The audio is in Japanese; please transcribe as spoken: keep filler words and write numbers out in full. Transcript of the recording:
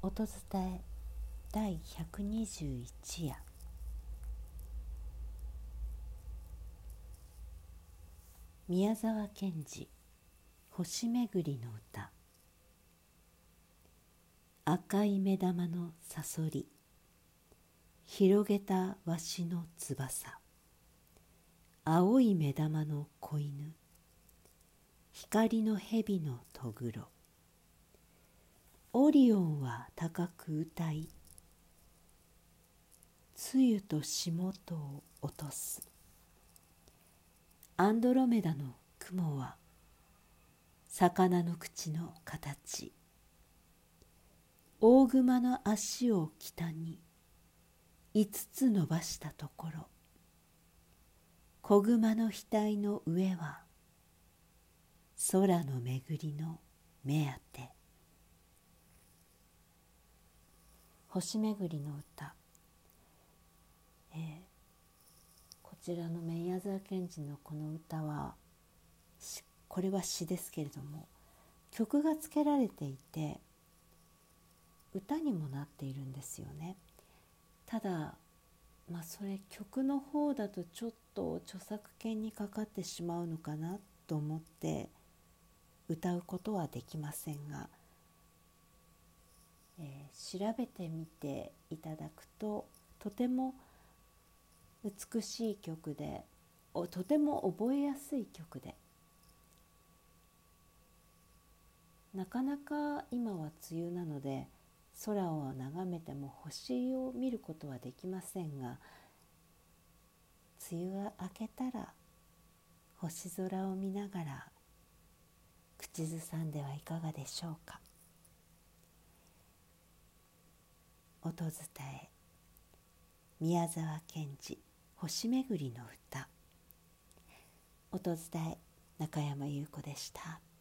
音伝え第ひゃくにじゅういち夜。宮沢賢治星めぐりの歌。赤い目玉のさそり、広げたわしの翼。青い目玉の子犬、光の蛇のとぐろ。オリオンは高く歌い、露と霜とを落とす。アンドロメダの雲は魚の口の形。大熊の足を北に五つ伸ばしたところ、子熊の額の上は空の巡りの目当て。星めぐりの歌、えー、こちらの宮沢賢治のこの歌は、これは詩ですけれども、曲がつけられていて歌にもなっているんですよね。ただ、まあ、それ曲の方だとちょっと著作権にかかってしまうのかなと思って歌うことはできませんが、えー、調べてみていただくととても美しい曲で、とても覚えやすい曲で、なかなか今は梅雨なので空を眺めても星を見ることはできませんが、梅雨が明けたら星空を見ながら口ずさんではいかがでしょうか。音伝え宮沢賢治星めぐりの歌。音伝え中山優子でした。